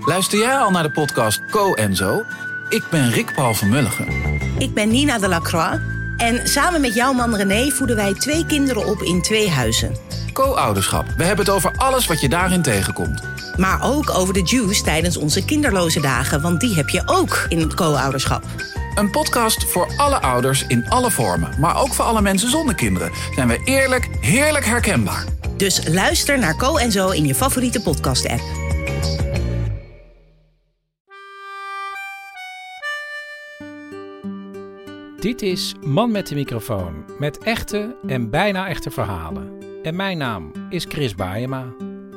Luister jij al naar de podcast Co en Zo? Ik ben Rick Paul van Mulligen. Ik ben Nina de Lacroix. En samen met jouw man René voeden wij 2 kinderen op in 2 huizen. Co-ouderschap. We hebben het over alles wat je daarin tegenkomt. Maar ook over de juice tijdens onze kinderloze dagen. Want die heb je ook in het co-ouderschap. Een podcast voor alle ouders in alle vormen. Maar ook voor alle mensen zonder kinderen. Zijn we eerlijk, heerlijk herkenbaar. Dus luister naar Co en Zo in je favoriete podcast-app. Dit is Man met de microfoon, met echte en bijna echte verhalen. En mijn naam is Chris Baeyema.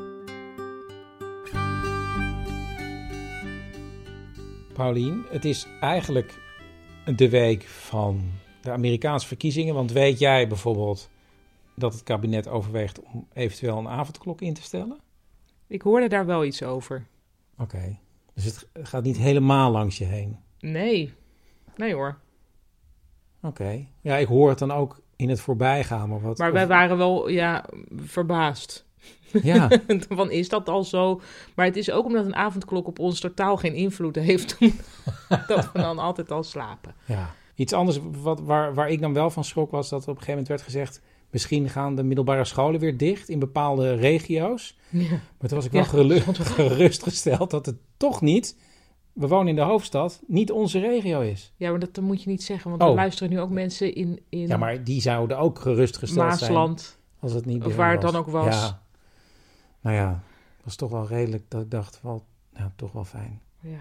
Paulien, het is eigenlijk de week van de Amerikaanse verkiezingen. Want weet jij bijvoorbeeld dat het kabinet overweegt om eventueel een avondklok in te stellen? Ik hoorde daar wel iets over. Oké, dus het gaat niet helemaal langs je heen? Nee hoor. Oké. Ja, ik hoor het dan ook in het voorbijgaan. Maar wij waren wel, verbaasd. Ja. Van, is dat al zo? Maar het is ook omdat een avondklok op ons totaal geen invloed heeft. Dat we dan altijd al slapen. Ja. Iets anders waar ik dan wel van schrok was dat er op een gegeven moment werd gezegd, misschien gaan de middelbare scholen weer dicht in bepaalde regio's. Ja. Maar toen was ik wel gerustgesteld dat het toch niet, we wonen in de hoofdstad, niet onze regio is. Ja, maar dat moet je niet zeggen, want er luisteren nu ook mensen in ja, maar die zouden ook gerustgesteld Maasland, zijn als het niet of waar het was. dan ook was. Ja. Nou ja, dat was toch wel redelijk dat ik dacht, toch wel fijn. Ja.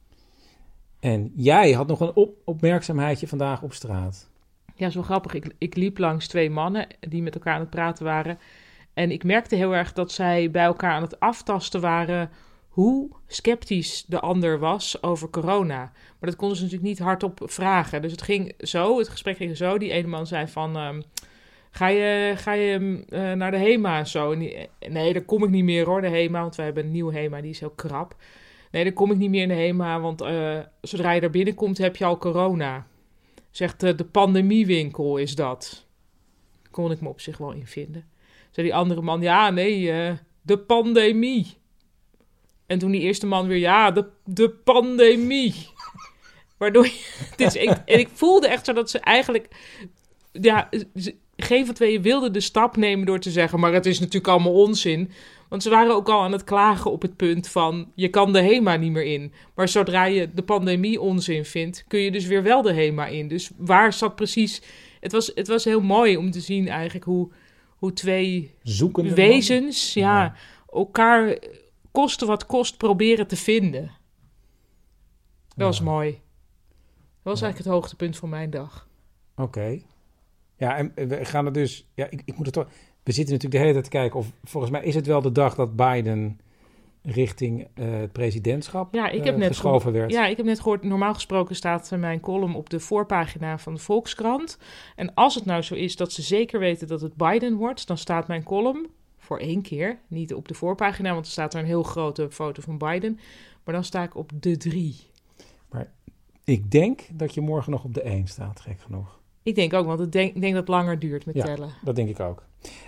En jij had nog een opmerkzaamheidje vandaag op straat. Ja, zo grappig. Ik liep langs 2 mannen die met elkaar aan het praten waren. En ik merkte heel erg dat zij bij elkaar aan het aftasten waren hoe sceptisch de ander was over corona. Maar dat konden ze natuurlijk niet hardop vragen. Dus het gesprek ging zo. Die ene man zei van, ga je naar de HEMA en zo? En nee, daar kom ik niet meer hoor, de HEMA. Want wij hebben een nieuwe HEMA, die is heel krap. Nee, daar kom ik niet meer in de HEMA, want zodra je daar binnenkomt heb je al corona. Zegt de pandemiewinkel is dat. Kon ik me op zich wel in vinden. Zei die andere man, de pandemie. En toen die eerste man weer, de pandemie. Waardoor en ik voelde echt zo dat ze eigenlijk, geen van tweeën wilde de stap nemen door te zeggen, maar het is natuurlijk allemaal onzin. Want ze waren ook al aan het klagen op het punt van, je kan de HEMA niet meer in. Maar zodra je de pandemie onzin vindt, kun je dus weer wel de HEMA in. Dus waar zat precies, het was heel mooi om te zien eigenlijk hoe 2 zoekende wezens elkaar koste wat kost proberen te vinden. Dat was mooi. Dat was eigenlijk het hoogtepunt van mijn dag. Oké. Ja, en we gaan er dus, ik moet het toch, we zitten natuurlijk de hele tijd te kijken of, volgens mij is het wel de dag dat Biden richting het presidentschap geschoven werd. Ja, ik heb net gehoord, normaal gesproken staat mijn column op de voorpagina van de Volkskrant. En als het nou zo is dat ze zeker weten dat het Biden wordt, dan staat mijn column voor 1 keer niet op de voorpagina, want er staat er een heel grote foto van Biden. Maar dan sta ik op de 3. Maar ik denk dat je morgen nog op de 1 staat, gek genoeg. Ik denk ook, want ik denk dat het langer duurt met tellen. Dat denk ik ook.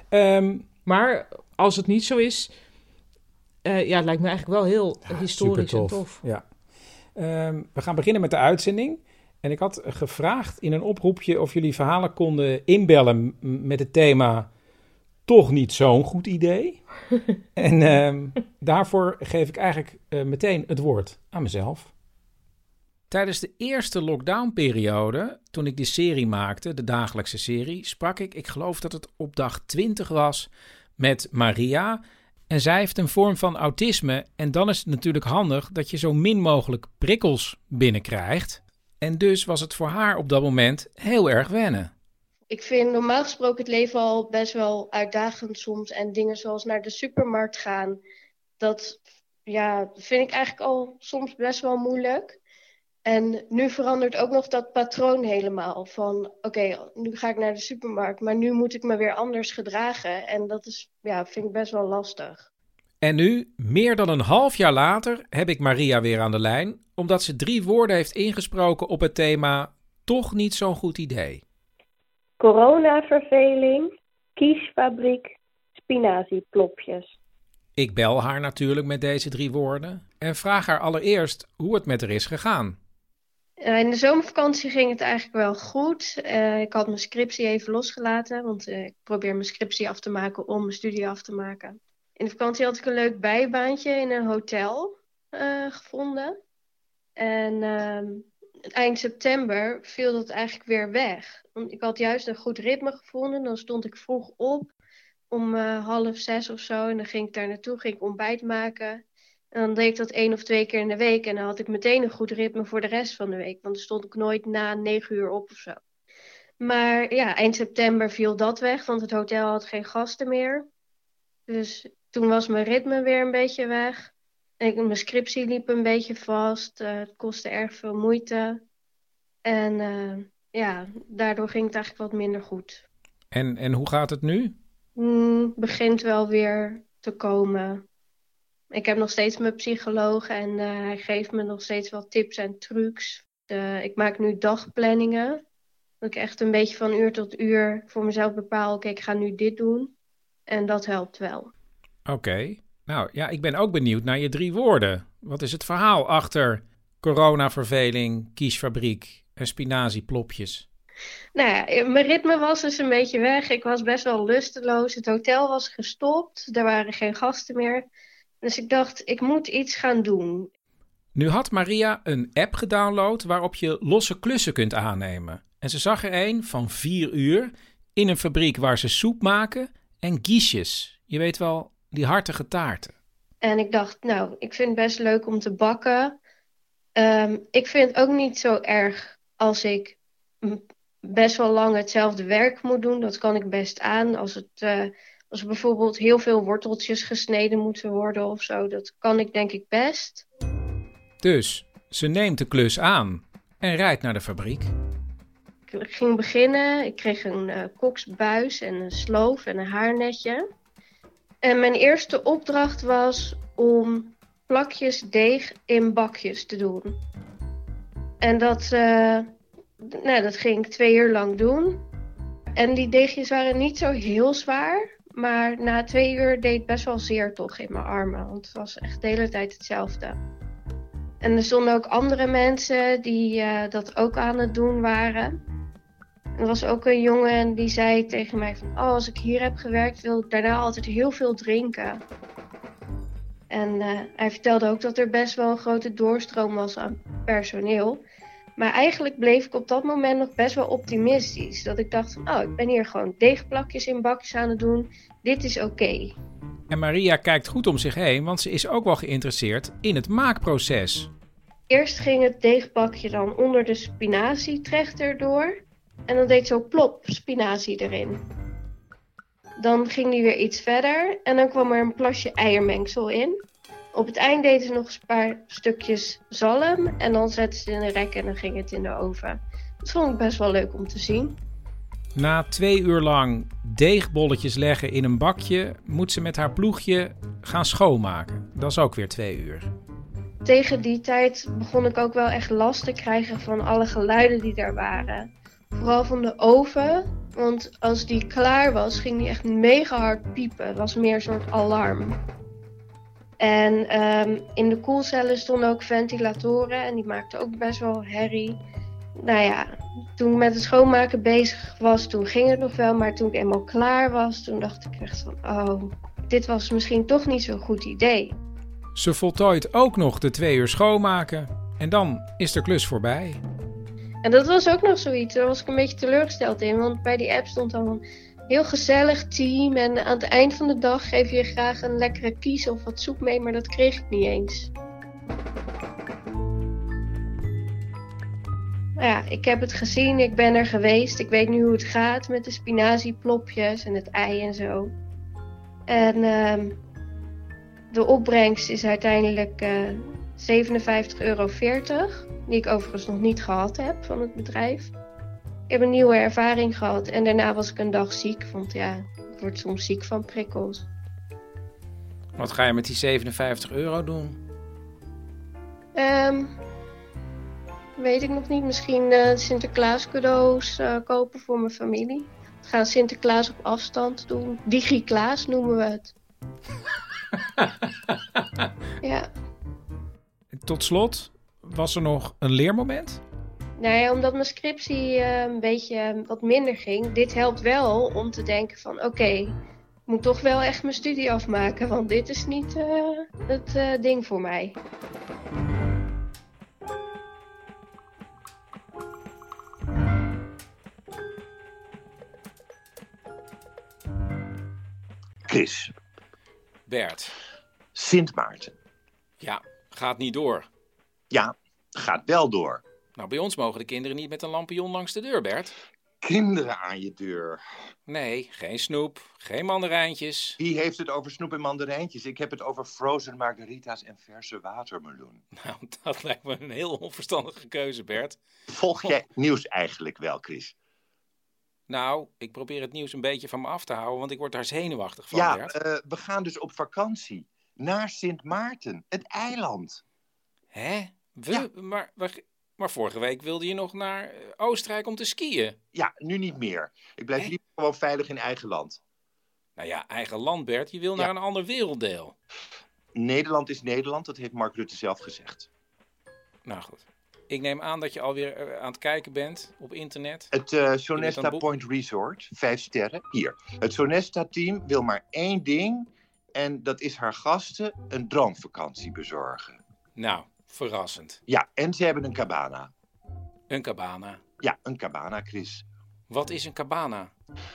Maar als het niet zo is, het lijkt me eigenlijk wel heel historisch en tof. Ja. We gaan beginnen met de uitzending. En ik had gevraagd in een oproepje of jullie verhalen konden inbellen met het thema toch niet zo'n goed idee. En daarvoor geef ik eigenlijk meteen het woord aan mezelf. Tijdens de eerste lockdownperiode, toen ik die serie maakte, de dagelijkse serie, sprak ik geloof dat het op dag 20 was, met Maria. En zij heeft een vorm van autisme en dan is het natuurlijk handig dat je zo min mogelijk prikkels binnenkrijgt. En dus was het voor haar op dat moment heel erg wennen. Ik vind normaal gesproken het leven al best wel uitdagend soms. En dingen zoals naar de supermarkt gaan, dat vind ik eigenlijk al soms best wel moeilijk. En nu verandert ook nog dat patroon helemaal. Van oké, nu ga ik naar de supermarkt, maar nu moet ik me weer anders gedragen. En dat is, vind ik best wel lastig. En nu, meer dan een half jaar later, heb ik Maria weer aan de lijn, omdat ze 3 woorden heeft ingesproken op het thema toch niet zo'n goed idee. Coronaverveling, kiesfabriek, spinazieplopjes. Ik bel haar natuurlijk met deze 3 woorden en vraag haar allereerst hoe het met haar is gegaan. In de zomervakantie ging het eigenlijk wel goed. Ik had mijn scriptie even losgelaten, want ik probeer mijn scriptie af te maken om mijn studie af te maken. In de vakantie had ik een leuk bijbaantje in een hotel gevonden. En eind september viel dat eigenlijk weer weg. Want ik had juist een goed ritme gevonden. Dan stond ik vroeg op om 5:30 of zo. En dan ging ik daar naartoe, ging ik ontbijt maken. En dan deed ik dat 1 of 2 keer in de week. En dan had ik meteen een goed ritme voor de rest van de week. Want dan stond ik nooit na 9 uur op of zo. Maar ja, eind september viel dat weg. Want het hotel had geen gasten meer. Dus toen was mijn ritme weer een beetje weg. En mijn scriptie liep een beetje vast. Het kostte erg veel moeite. En daardoor ging het eigenlijk wat minder goed. En hoe gaat het nu? Begint wel weer te komen. Ik heb nog steeds mijn psycholoog en hij geeft me nog steeds wel tips en trucs. Ik maak nu dagplanningen. Dat ik echt een beetje van uur tot uur voor mezelf bepaal. Oké, ik ga nu dit doen. En dat helpt wel. Oké. Nou ja, ik ben ook benieuwd naar je 3 woorden. Wat is het verhaal achter coronaverveling, kiesfabriek en spinazieplopjes? Nou ja, mijn ritme was dus een beetje weg. Ik was best wel lusteloos. Het hotel was gestopt. Er waren geen gasten meer. Dus ik dacht, ik moet iets gaan doen. Nu had Maria een app gedownload waarop je losse klussen kunt aannemen. En ze zag er een van 4 uur in een fabriek waar ze soep maken en guiches. Je weet wel, die hartige taarten. En ik dacht, nou, ik vind het best leuk om te bakken. Ik vind het ook niet zo erg als ik best wel lang hetzelfde werk moet doen. Dat kan ik best aan. Als er bijvoorbeeld heel veel worteltjes gesneden moeten worden of zo. Dat kan ik denk ik best. Dus ze neemt de klus aan en rijdt naar de fabriek. Ik ging beginnen. Ik kreeg een koksbuis en een sloof en een haarnetje. En mijn eerste opdracht was om plakjes deeg in bakjes te doen. En dat ging ik 2 uur lang doen. En die deegjes waren niet zo heel zwaar. Maar na 2 uur deed het best wel zeer toch in mijn armen. Want het was echt de hele tijd hetzelfde. En er stonden ook andere mensen die dat ook aan het doen waren. Er was ook een jongen die zei tegen mij van... als ik hier heb gewerkt wil ik daarna altijd heel veel drinken. En hij vertelde ook dat er best wel een grote doorstroom was aan personeel. Maar eigenlijk bleef ik op dat moment nog best wel optimistisch. Dat ik dacht van, ik ben hier gewoon deegplakjes in bakjes aan het doen. Dit is oké. En Maria kijkt goed om zich heen, want ze is ook wel geïnteresseerd in het maakproces. Eerst ging het deegbakje dan onder de spinazietrechter door. En dan deed zo plop, spinazie erin. Dan ging die weer iets verder en dan kwam er een plasje eiermengsel in. Op het eind deden ze nog eens een paar stukjes zalm en dan zetten ze het in een rek en dan ging het in de oven. Dat vond ik best wel leuk om te zien. Na 2 uur lang deegbolletjes leggen in een bakje moet ze met haar ploegje gaan schoonmaken. Dat is ook weer 2 uur. Tegen die tijd begon ik ook wel echt last te krijgen van alle geluiden die er waren. Vooral van de oven, want als die klaar was, ging die echt mega hard piepen. Het was meer een soort alarm. En in de koelcellen stonden ook ventilatoren en die maakten ook best wel herrie. Nou ja, toen ik met het schoonmaken bezig was, toen ging het nog wel. Maar toen ik eenmaal klaar was, toen dacht ik echt van... dit was misschien toch niet zo'n goed idee. Ze voltooit ook nog de 2 uur schoonmaken en dan is de klus voorbij. En dat was ook nog zoiets, daar was ik een beetje teleurgesteld in. Want bij die app stond dan een heel gezellig team. En aan het eind van de dag geef je graag een lekkere kies of wat soep mee. Maar dat kreeg ik niet eens. Nou ja, ik heb het gezien, ik ben er geweest. Ik weet nu hoe het gaat met de spinazieplopjes en het ei en zo. En de opbrengst is uiteindelijk €57,40. Die ik overigens nog niet gehad heb van het bedrijf. Ik heb een nieuwe ervaring gehad en daarna was ik een dag ziek. Want ja, ik word soms ziek van prikkels. Wat ga je met die €57 doen? Weet ik nog niet. Misschien Sinterklaas cadeaus kopen voor mijn familie. We gaan Sinterklaas op afstand doen. Digi-Klaas noemen we het. Ja. Tot slot, was er nog een leermoment? Nou ja, omdat mijn scriptie een beetje wat minder ging. Dit helpt wel om te denken van oké, ik moet toch wel echt mijn studie afmaken. Want dit is niet het ding voor mij. Chris, Bert, Sint Maarten. ja, gaat niet door. Ja, gaat wel door. Nou, bij ons mogen de kinderen niet met een lampion langs de deur, Bert. Kinderen aan je deur. Nee, geen snoep, geen mandarijntjes. Wie heeft het over snoep en mandarijntjes? Ik heb het over frozen margarita's en verse watermeloen. Nou, dat lijkt me een heel onverstandige keuze, Bert. Volg jij nieuws eigenlijk wel, Chris? Nou, ik probeer het nieuws een beetje van me af te houden, want ik word daar zenuwachtig van, Ja, Bert. we gaan dus op vakantie. Naar Sint Maarten, het eiland. Hè? Ja. Maar vorige week wilde je nog naar Oostenrijk om te skiën. Ja, nu niet meer. Ik blijf Hè? liever gewoon veilig in eigen land. Nou ja, eigen land, Bert. Je wil Ja. naar een ander werelddeel. Nederland is Nederland, dat heeft Mark Rutte zelf gezegd. Nou goed. Ik neem aan dat je alweer aan het kijken bent op internet. Het Je bent Sonesta aan het Point Resort, 5 sterren. Hier. Het Sonesta-team wil maar één ding. En dat is haar gasten een droomvakantie bezorgen. Nou, verrassend. Ja, en ze hebben een cabana. Een cabana. Ja, een cabana, Chris. Wat is een cabana?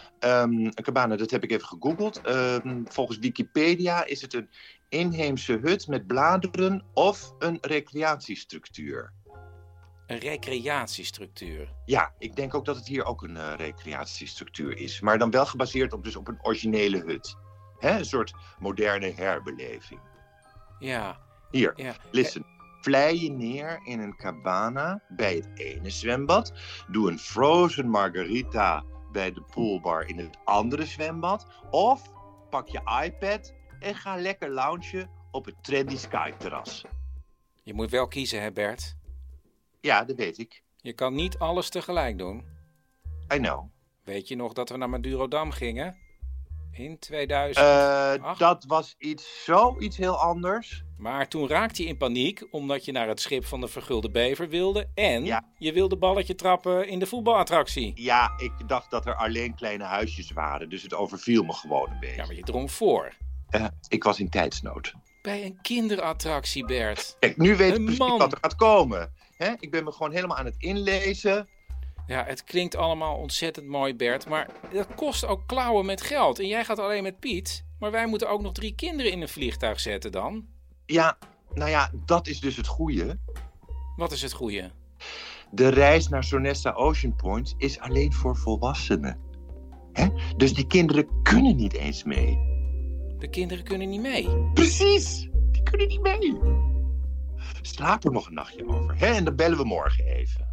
Een cabana, dat heb ik even gegoogeld. Volgens Wikipedia is het een inheemse hut met bladeren of een recreatiestructuur. Een recreatiestructuur. Ja, ik denk ook dat het hier ook een recreatiestructuur is. Maar dan wel gebaseerd op een originele hut. Hè? Een soort moderne herbeleving. Ja. Hier, Ja. listen. Vlei je neer in een cabana bij het ene zwembad. Doe een frozen margarita bij de poolbar in het andere zwembad. Of pak je iPad en ga lekker loungen op het trendy Sky-terras. Je moet wel kiezen, hè, Bert? Ja, dat weet ik. Je kan niet alles tegelijk doen. I know. Weet je nog dat we naar Madurodam gingen? In 2008? Dat was zoiets heel anders. Maar toen raakte je in paniek omdat je naar het schip van de Vergulde Bever wilde. En Ja. je wilde balletje trappen in de voetbalattractie. Ja, ik dacht dat er alleen kleine huisjes waren. Dus het overviel me gewoon een beetje. Ja, maar je drong voor. Ik was in tijdsnood. Bij een kinderattractie, Bert. Kijk, nu weet ik Een precies man. wat er gaat komen. Hè? Ik ben me gewoon helemaal aan het inlezen. Ja, het klinkt allemaal ontzettend mooi, Bert. Maar dat kost ook klauwen met geld. En jij gaat alleen met Piet. Maar wij moeten ook nog 3 kinderen in een vliegtuig zetten dan. Ja, nou ja, dat is dus het goede. Wat is het goeie? De reis naar Sonesta Ocean Point is alleen voor volwassenen. Hè? Dus die kinderen kunnen niet eens mee. De kinderen kunnen niet mee. Precies, die kunnen niet mee. Slaap er nog een nachtje over. Hè? En dan bellen we morgen even.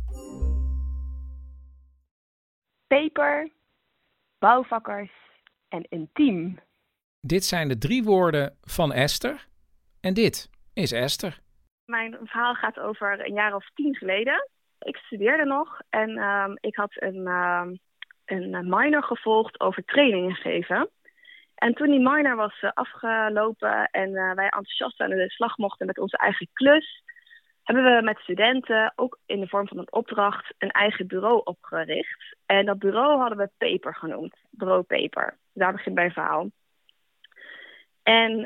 Peper, bouwvakkers en intiem. Dit zijn de 3 woorden van Esther. En dit is Esther. Mijn verhaal gaat over een jaar of 10 geleden. Ik studeerde nog en ik had een minor gevolgd over trainingen geven. En toen die minor was afgelopen en wij enthousiast aan de slag mochten met onze eigen klus, hebben we met studenten, ook in de vorm van een opdracht, een eigen bureau opgericht. En dat bureau hadden we Paper genoemd. Bureau Paper. Daar begint mijn verhaal. En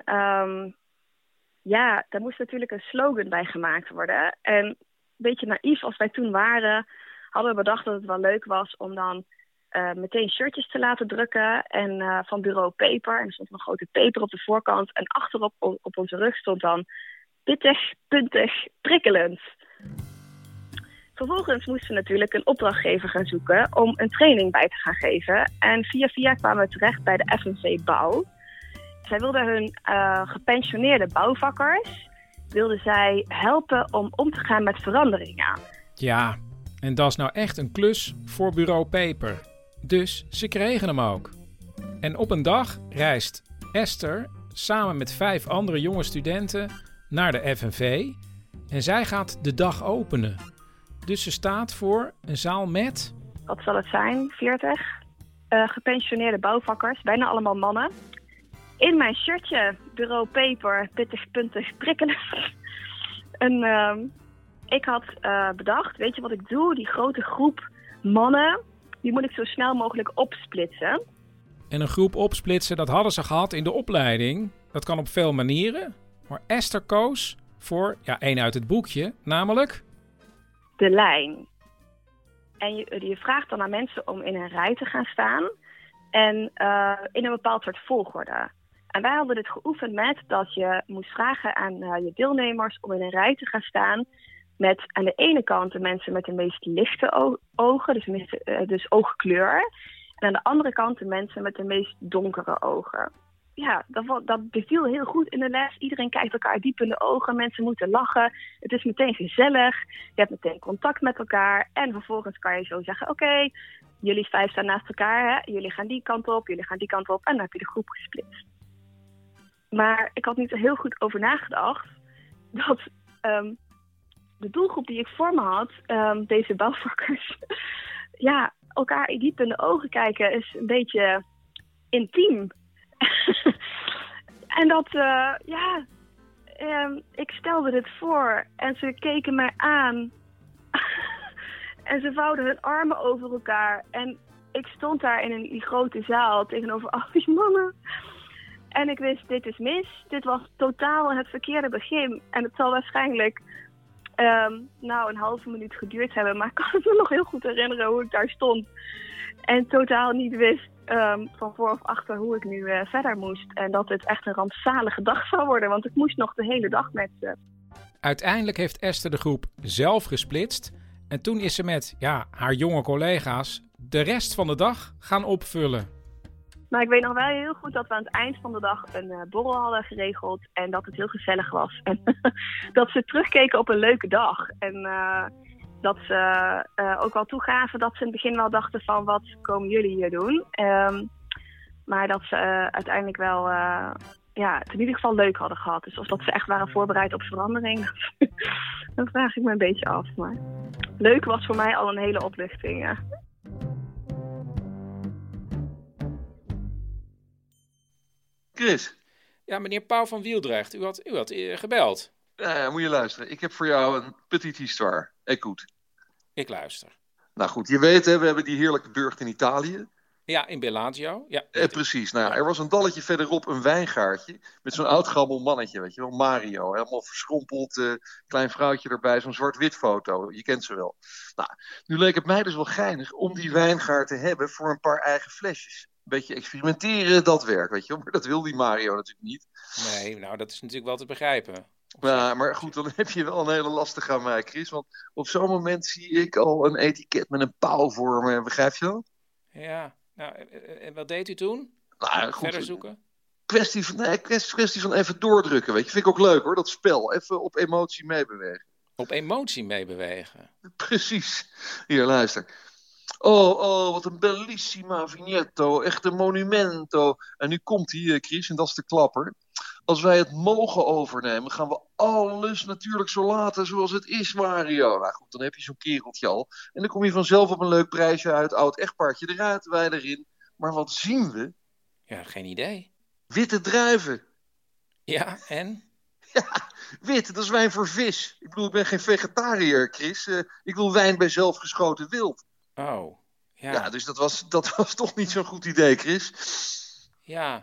daar moest natuurlijk een slogan bij gemaakt worden. En een beetje naïef als wij toen waren, hadden we bedacht dat het wel leuk was om dan meteen shirtjes te laten drukken en van Bureau Paper. En er stond een grote paper op de voorkant. En achterop op onze rug stond dan pittig, puntig, prikkelend. Vervolgens moesten we natuurlijk een opdrachtgever gaan zoeken om een training bij te gaan geven. En via kwamen we terecht bij de FNV Bouw. Zij wilden hun gepensioneerde bouwvakkers wilden zij helpen om te gaan met veranderingen. Ja, en dat is nou echt een klus voor Bureau Paper. Dus ze kregen hem ook. En op een dag reist Esther samen met 5 andere jonge studenten naar de FNV. En zij gaat de dag openen. Dus ze staat voor een zaal met... Wat zal het zijn? 40 gepensioneerde bouwvakkers, bijna allemaal mannen. in mijn shirtje, bureau paper, pittig, puntig, prikkelig. En ik had bedacht, weet je wat ik doe? Die grote groep mannen, die moet ik zo snel mogelijk opsplitsen. En een groep opsplitsen, dat hadden ze gehad in de opleiding. Dat kan op veel manieren. Maar Esther koos voor, één uit het boekje, namelijk... De lijn. En je vraagt dan aan mensen om in een rij te gaan staan. En in een bepaald soort volgorde. En wij hadden dit geoefend met dat je moest vragen aan je deelnemers om in een rij te gaan staan. Met aan de ene kant de mensen met de meest lichte ogen, dus oogkleur. En aan de andere kant de mensen met de meest donkere ogen. Ja, dat beviel heel goed in de les. Iedereen kijkt elkaar diep in de ogen. Mensen moeten lachen. Het is meteen gezellig. Je hebt meteen contact met elkaar. En vervolgens kan je zo zeggen, oké, jullie 5 staan naast elkaar. Hè? Jullie gaan die kant op, jullie gaan die kant op. En dan heb je de groep gesplitst. Maar ik had niet er heel goed over nagedacht dat de doelgroep die ik voor me had, deze bouwvakkers, elkaar diep in de ogen kijken is een beetje intiem. En dat, ik stelde dit voor en ze keken mij aan. En ze vouwden hun armen over elkaar. En ik stond daar in die grote zaal tegenover al die mannen. En ik wist, dit is mis. Dit was totaal het verkeerde begin. En het zal waarschijnlijk een halve minuut geduurd hebben. Maar ik kan me nog heel goed herinneren hoe ik daar stond. En totaal niet wist van voor of achter hoe ik nu verder moest. En dat het echt een rampzalige dag zou worden. Want ik moest nog de hele dag met ze. Uiteindelijk heeft Esther de groep zelf gesplitst. En toen is ze met haar jonge collega's de rest van de dag gaan opvullen. Maar ik weet nog wel heel goed dat we aan het eind van de dag een borrel hadden geregeld. En dat het heel gezellig was. En dat ze terugkeken op een leuke dag. En dat ze ook wel toegaven dat ze in het begin wel dachten van, wat komen jullie hier doen? Maar dat ze uiteindelijk wel het in ieder geval leuk hadden gehad. Dus of dat ze echt waren voorbereid op verandering, dat vraag ik me een beetje af. Maar leuk was voor mij al een hele opluchting, ja. Chris. Ja, meneer Pauw van Wieldrecht, u had gebeld. Moet je luisteren. Ik heb voor jou een petite histoire. Écoute. Ik luister. Nou goed, je weet, hè, we hebben die heerlijke burcht in Italië. Ja, in Bellagio. Ja, precies. Nou, er was een dalletje verderop een wijngaardje met zo'n oud gammel mannetje, weet je wel, Mario. Helemaal verschrompeld, klein vrouwtje erbij, zo'n zwart-wit foto. Je kent ze wel. Nou, nu leek het mij dus wel geinig om die wijngaard te hebben voor een paar eigen flesjes. Een beetje experimenteren, dat werkt, weet je wel. Maar dat wil die Mario natuurlijk niet. Nee, nou, dat is natuurlijk wel te begrijpen. Ja, maar goed, dan heb je wel een hele lastige aan mij, Chris. Want op zo'n moment zie ik al een etiket met een pauw voor me. Begrijp je dat? Ja, nou, en wat deed u toen? Nou, goed. Verder zoeken? Kwestie van even doordrukken, weet je. Vind ik ook leuk, hoor, dat spel. Even op emotie meebewegen. Op emotie meebewegen? Precies. Hier, luister. Oh, wat een bellissima vignetto. Echt een monumento. En nu komt hij, Chris, en dat is de klapper. Als wij het mogen overnemen, gaan we alles natuurlijk zo laten zoals het is, Mario. Nou goed, dan heb je zo'n kereltje al. En dan kom je vanzelf op een leuk prijsje uit. Oud echtpaardje eruit, wij erin. Maar wat zien we? Ja, geen idee. Witte druiven. Ja, en? Ja, wit, dat is wijn voor vis. Ik bedoel, ik ben geen vegetariër, Chris. Ik wil wijn bij zelfgeschoten wild. Oh, ja. Ja, dus dat was toch niet zo'n goed idee, Chris. Ja.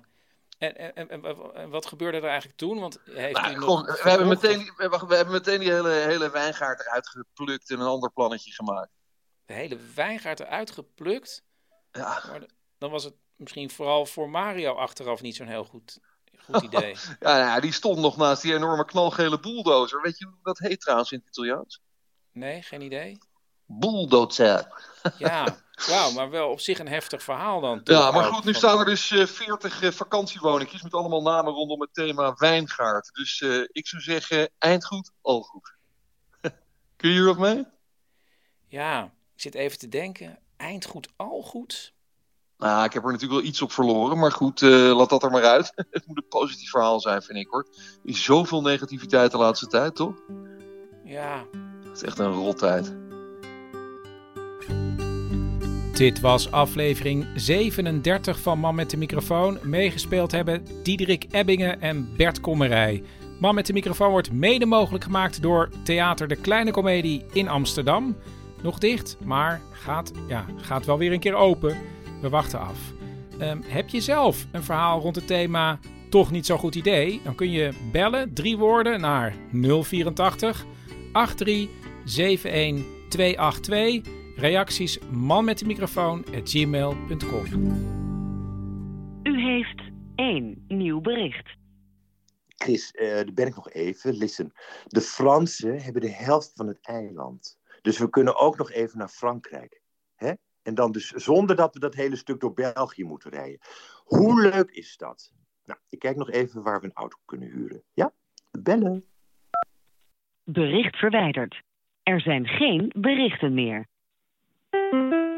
En wat gebeurde er eigenlijk toen? Want heeft u we hebben meteen die hele wijngaard eruit geplukt en een ander plannetje gemaakt. De hele wijngaard eruit geplukt? Ja. Maar dan was het misschien vooral voor Mario achteraf niet zo'n heel goed idee. Ja, die stond nog naast die enorme knalgele bulldozer. Weet je hoe dat heet trouwens in het Italiaans? Nee, geen idee. Bulldozer. Ja, wauw, maar wel op zich een heftig verhaal dan. Ja, maar goed, nu staan er dus 40 vakantiewoningjes met allemaal namen rondom het thema wijngaard. Dus ik zou zeggen, eind goed, al goed. Kun je hier wat mee? Ja, ik zit even te denken. Eind goed, al goed? Nou, ik heb er natuurlijk wel iets op verloren, maar goed, laat dat er maar uit. Het moet een positief verhaal zijn, vind ik, hoor. Er is zoveel negativiteit de laatste tijd, toch? Ja. Het is echt een rottijd. Dit was aflevering 37 van Man met de microfoon. Meegespeeld hebben Diederik Ebbingen en Bert Kommerij. Man met de microfoon wordt mede mogelijk gemaakt door Theater de Kleine Comedie in Amsterdam. Nog dicht, maar gaat wel weer een keer open. We wachten af. Heb je zelf een verhaal rond het thema toch niet zo'n goed idee? Dan kun je bellen, 3 woorden, naar 084 83 71 282. Reacties manmetdemicrofoon@gmail.com. U heeft 1 nieuw bericht. Chris, daar ben ik nog even. Listen, de Fransen hebben de helft van het eiland. Dus we kunnen ook nog even naar Frankrijk. Hè? En dan dus zonder dat we dat hele stuk door België moeten rijden. Hoe leuk is dat? Nou, ik kijk nog even waar we een auto kunnen huren. Ja? Bellen. Bericht verwijderd. Er zijn geen berichten meer.